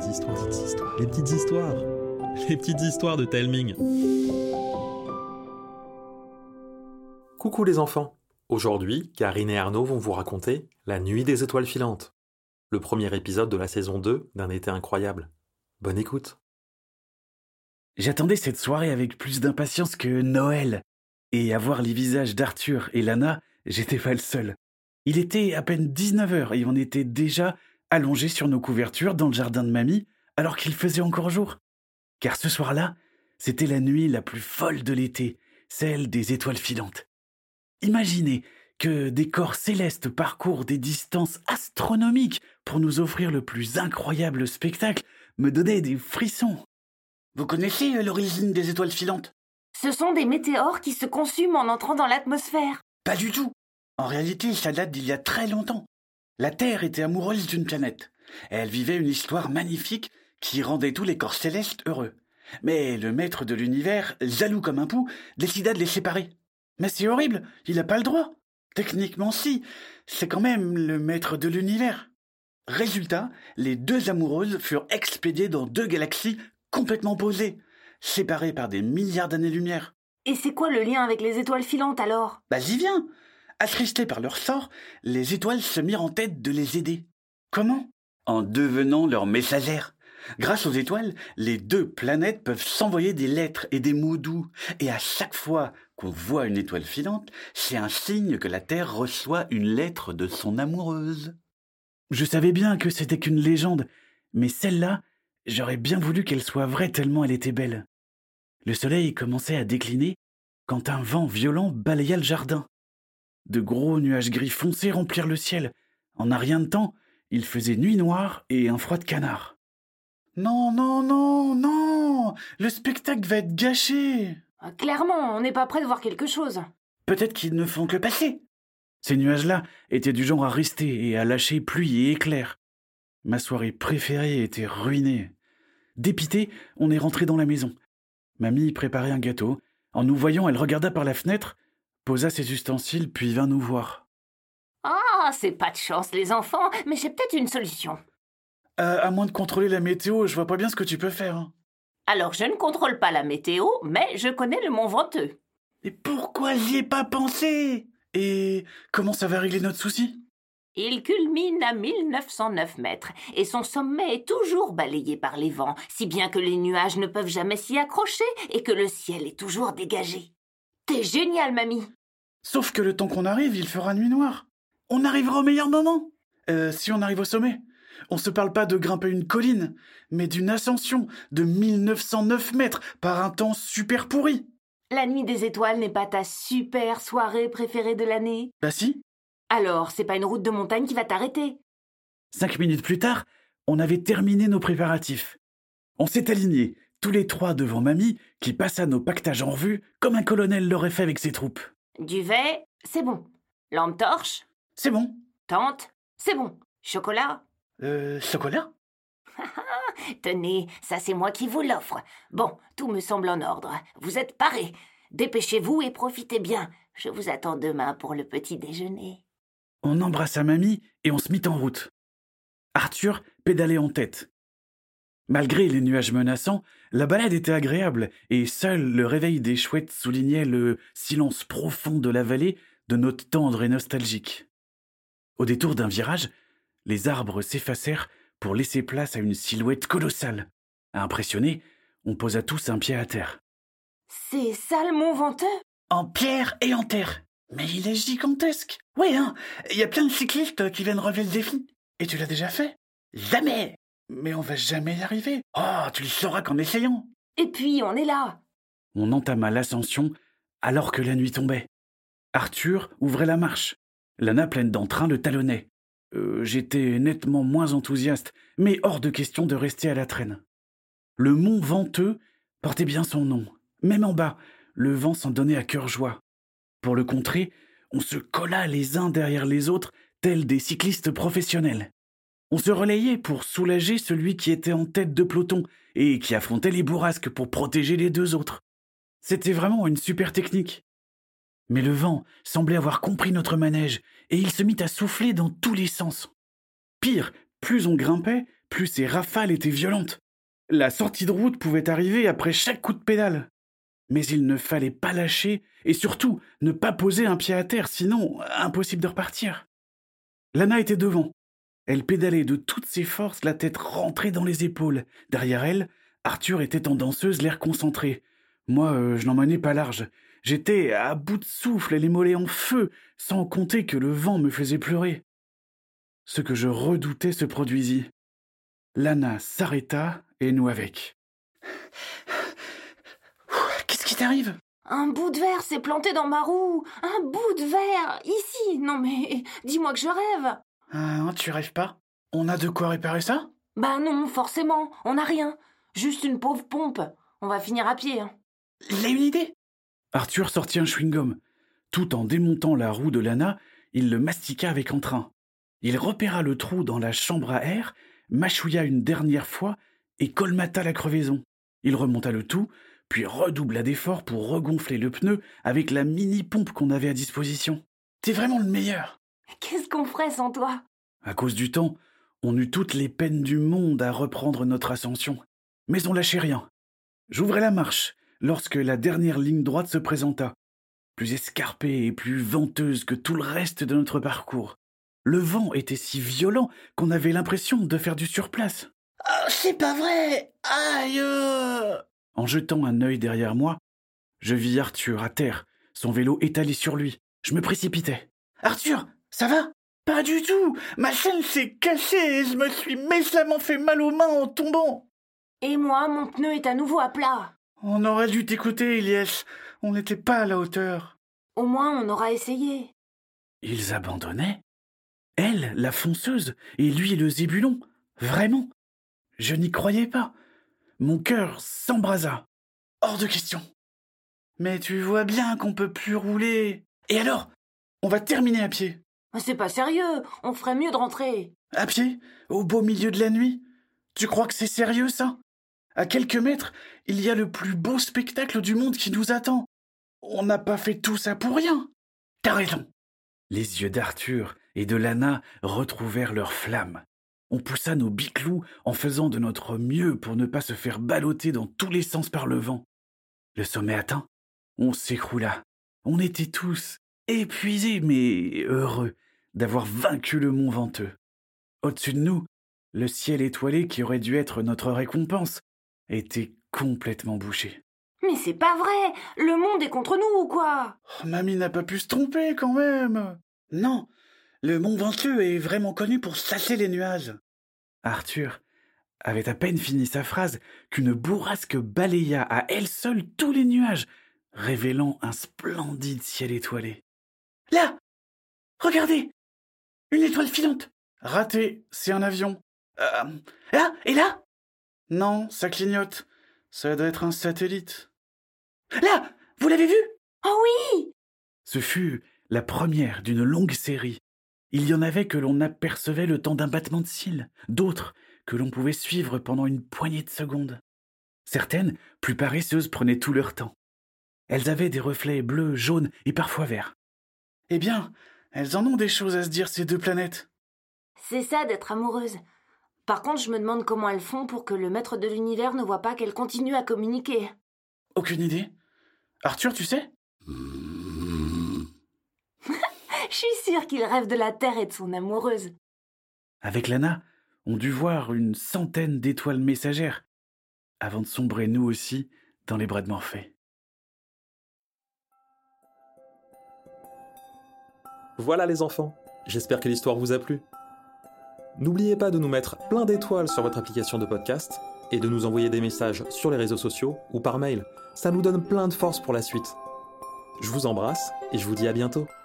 Les petites histoires de Telming. Coucou les enfants. Aujourd'hui, Karine et Arnaud vont vous raconter La nuit des étoiles filantes, le premier épisode de la saison 2 d'un été incroyable. Bonne écoute. J'attendais cette soirée avec plus d'impatience que Noël. Et à voir les visages d'Arthur et Lana, j'étais pas le seul. Il était à peine 19h et on était déjà allongés sur nos couvertures dans le jardin de mamie alors qu'il faisait encore jour. Car ce soir-là, c'était la nuit la plus folle de l'été, celle des étoiles filantes. Imaginez que des corps célestes parcourent des distances astronomiques pour nous offrir le plus incroyable spectacle me donnait des frissons. Vous connaissez l'origine des étoiles filantes ? Ce sont des météores qui se consument en entrant dans l'atmosphère. Pas du tout. En réalité, ça date d'il y a très longtemps. La Terre était amoureuse d'une planète. Elle vivait une histoire magnifique qui rendait tous les corps célestes heureux. Mais le maître de l'univers, jaloux comme un pou, décida de les séparer. Mais c'est horrible, il n'a pas le droit. Techniquement si, c'est quand même le maître de l'univers. Résultat, les deux amoureuses furent expédiées dans deux galaxies complètement opposées, séparées par des milliards d'années-lumière. Et c'est quoi le lien avec les étoiles filantes alors ? J'y viens. Attristées par leur sort, les étoiles se mirent en tête de les aider. Comment ? En devenant leurs messagères. Grâce aux étoiles, les deux planètes peuvent s'envoyer des lettres et des mots doux. Et à chaque fois qu'on voit une étoile filante, c'est un signe que la Terre reçoit une lettre de son amoureuse. Je savais bien que c'était qu'une légende, mais celle-là, j'aurais bien voulu qu'elle soit vraie tellement elle était belle. Le soleil commençait à décliner quand un vent violent balaya le jardin. De gros nuages gris foncés remplirent le ciel. En un rien de temps, il faisait nuit noire et un froid de canard. Non, non, non, non ! Le spectacle va être gâché ! Clairement, on n'est pas prêt de voir quelque chose. Peut-être qu'ils ne font que passer. Ces nuages-là étaient du genre à rester et à lâcher pluie et éclairs. Ma soirée préférée était ruinée. Dépité, on est rentré dans la maison. Mamie préparait un gâteau. En nous voyant, elle regarda par la fenêtre, posa ses ustensiles, puis vint nous voir. Ah, c'est pas de chance les enfants, mais j'ai peut-être une solution. À moins de contrôler la météo, je vois pas bien ce que tu peux faire. Alors je ne contrôle pas la météo, mais je connais le Mont Venteux. Et pourquoi j'y ai pas pensé ? Et comment ça va régler notre souci ? Il culmine à 1909 mètres, et son sommet est toujours balayé par les vents, si bien que les nuages ne peuvent jamais s'y accrocher et que le ciel est toujours dégagé. T'es génial, mamie. Sauf que le temps qu'on arrive, il fera nuit noire. On arrivera au meilleur moment. Si on arrive au sommet. On se parle pas de grimper une colline, mais d'une ascension de 1909 mètres par un temps super pourri. La nuit des étoiles n'est pas ta super soirée préférée de l'année ? Si. Alors, c'est pas une route de montagne qui va t'arrêter. 5 minutes plus tard, on avait terminé nos préparatifs. On s'est alignés, tous les trois devant mamie, qui passa nos pactages en revue comme un colonel l'aurait fait avec ses troupes. Duvet, c'est bon. Lampe torche, c'est bon. Tente, c'est bon. Chocolat ? Chocolat ? Tenez, ça c'est moi qui vous l'offre. Bon, tout me semble en ordre. Vous êtes parés. Dépêchez-vous et profitez bien. Je vous attends demain pour le petit déjeuner. On embrassa mamie et on se mit en route. Arthur pédalait en tête. Malgré les nuages menaçants, la balade était agréable et seul le réveil des chouettes soulignait le silence profond de la vallée de notes tendres et nostalgiques. Au détour d'un virage, les arbres s'effacèrent pour laisser place à une silhouette colossale. Impressionnés, on posa tous un pied à terre. C'est ça le Mont Venteux ? En pierre et en terre. Mais il est gigantesque. Ouais, il y a plein de cyclistes qui viennent relever le défi. Et tu l'as déjà fait ? Jamais. Mais on va jamais y arriver. Oh, tu le sauras qu'en essayant. Et puis, on est là. On entama l'ascension alors que la nuit tombait. Arthur ouvrait la marche. Lana, pleine d'entrain, le talonnait. J'étais nettement moins enthousiaste, mais hors de question de rester à la traîne. Le mont Venteux portait bien son nom. Même en bas, le vent s'en donnait à cœur joie. Pour le contrer, on se colla les uns derrière les autres, tels des cyclistes professionnels. On se relayait pour soulager celui qui était en tête de peloton et qui affrontait les bourrasques pour protéger les deux autres. C'était vraiment une super technique. Mais le vent semblait avoir compris notre manège et il se mit à souffler dans tous les sens. Pire, plus on grimpait, plus ces rafales étaient violentes. La sortie de route pouvait arriver après chaque coup de pédale. Mais il ne fallait pas lâcher et surtout ne pas poser un pied à terre, sinon impossible de repartir. Lana était devant. Elle pédalait de toutes ses forces, la tête rentrée dans les épaules. Derrière elle, Arthur était en danseuse, l'air concentré. Moi, je n'en menais pas large. J'étais à bout de souffle et les mollets en feu, sans compter que le vent me faisait pleurer. Ce que je redoutais se produisit. Lana s'arrêta et nous avec. Qu'est-ce qui t'arrive ? Un bout de verre s'est planté dans ma roue. Un bout de verre, ici. Non mais, dis-moi que je rêve. Ah, tu rêves pas ? On a de quoi réparer ça ? Bah non, forcément, on n'a rien. Juste une pauvre pompe. On va finir à pied. J'ai une idée. Arthur sortit un chewing-gum. Tout en démontant la roue de Lana, il le mastiqua avec entrain. Il repéra le trou dans la chambre à air, mâchouilla une dernière fois et colmata la crevaison. Il remonta le tout, puis redoubla d'efforts pour regonfler le pneu avec la mini-pompe qu'on avait à disposition. T'es vraiment le meilleur. Qu'est-ce qu'on ferait sans toi ? À cause du temps, on eut toutes les peines du monde à reprendre notre ascension. Mais on lâchait rien. J'ouvrais la marche lorsque la dernière ligne droite se présenta, plus escarpée et plus venteuse que tout le reste de notre parcours. Le vent était si violent qu'on avait l'impression de faire du surplace. « Oh, c'est pas vrai ! Aïe !» En jetant un œil derrière moi, je vis Arthur à terre, son vélo étalé sur lui. Je me précipitais. « Arthur, ça va ? » « Pas du tout ! Ma chaîne s'est cassée et je me suis méchamment fait mal aux mains en tombant. » Et moi, mon pneu est à nouveau à plat. On aurait dû t'écouter, Ilyes. On n'était pas à la hauteur. Au moins, on aura essayé. Ils abandonnaient ? Elle, la fonceuse, et lui, le zébulon. Vraiment ? Je n'y croyais pas. Mon cœur s'embrasa. Hors de question. Mais tu vois bien qu'on peut plus rouler. Et alors ? On va terminer à pied. C'est pas sérieux, on ferait mieux de rentrer. À pied ? Au beau milieu de la nuit ? Tu crois que c'est sérieux, ça ? À quelques mètres, il y a le plus beau spectacle du monde qui nous attend. On n'a pas fait tout ça pour rien. T'as raison. Les yeux d'Arthur et de Lana retrouvèrent leur flamme. On poussa nos biclous en faisant de notre mieux pour ne pas se faire balloter dans tous les sens par le vent. Le sommet atteint, on s'écroula. On était tous épuisés mais heureux d'avoir vaincu le mont venteux. Au-dessus de nous, le ciel étoilé qui aurait dû être notre récompense était complètement bouché. Mais c'est pas vrai, le monde est contre nous ou quoi ? Oh, mamie n'a pas pu se tromper quand même. Non, le mont venteux est vraiment connu pour chasser les nuages. Arthur avait à peine fini sa phrase qu'une bourrasque balaya à elle seule tous les nuages, révélant un splendide ciel étoilé. Là, regardez, une étoile filante. Raté, c'est un avion. Là, et là ? Non, ça clignote. Ça doit être un satellite. Là, vous l'avez vu ? Oh oui ! Ce fut la première d'une longue série. Il y en avait que l'on apercevait le temps d'un battement de cils, d'autres que l'on pouvait suivre pendant une poignée de secondes. Certaines, plus paresseuses, prenaient tout leur temps. Elles avaient des reflets bleus, jaunes et parfois verts. Eh bien, elles en ont des choses à se dire, ces deux planètes. C'est ça d'être amoureuse. Par contre, je me demande comment elles font pour que le maître de l'univers ne voit pas qu'elles continuent à communiquer. Aucune idée. Arthur, tu sais ? Je suis sûre qu'il rêve de la Terre et de son amoureuse. Avec Lana, on dut voir une centaine d'étoiles messagères, avant de sombrer nous aussi dans les bras de Morphée. Voilà les enfants, j'espère que l'histoire vous a plu. N'oubliez pas de nous mettre plein d'étoiles sur votre application de podcast et de nous envoyer des messages sur les réseaux sociaux ou par mail. Ça nous donne plein de force pour la suite. Je vous embrasse et je vous dis à bientôt.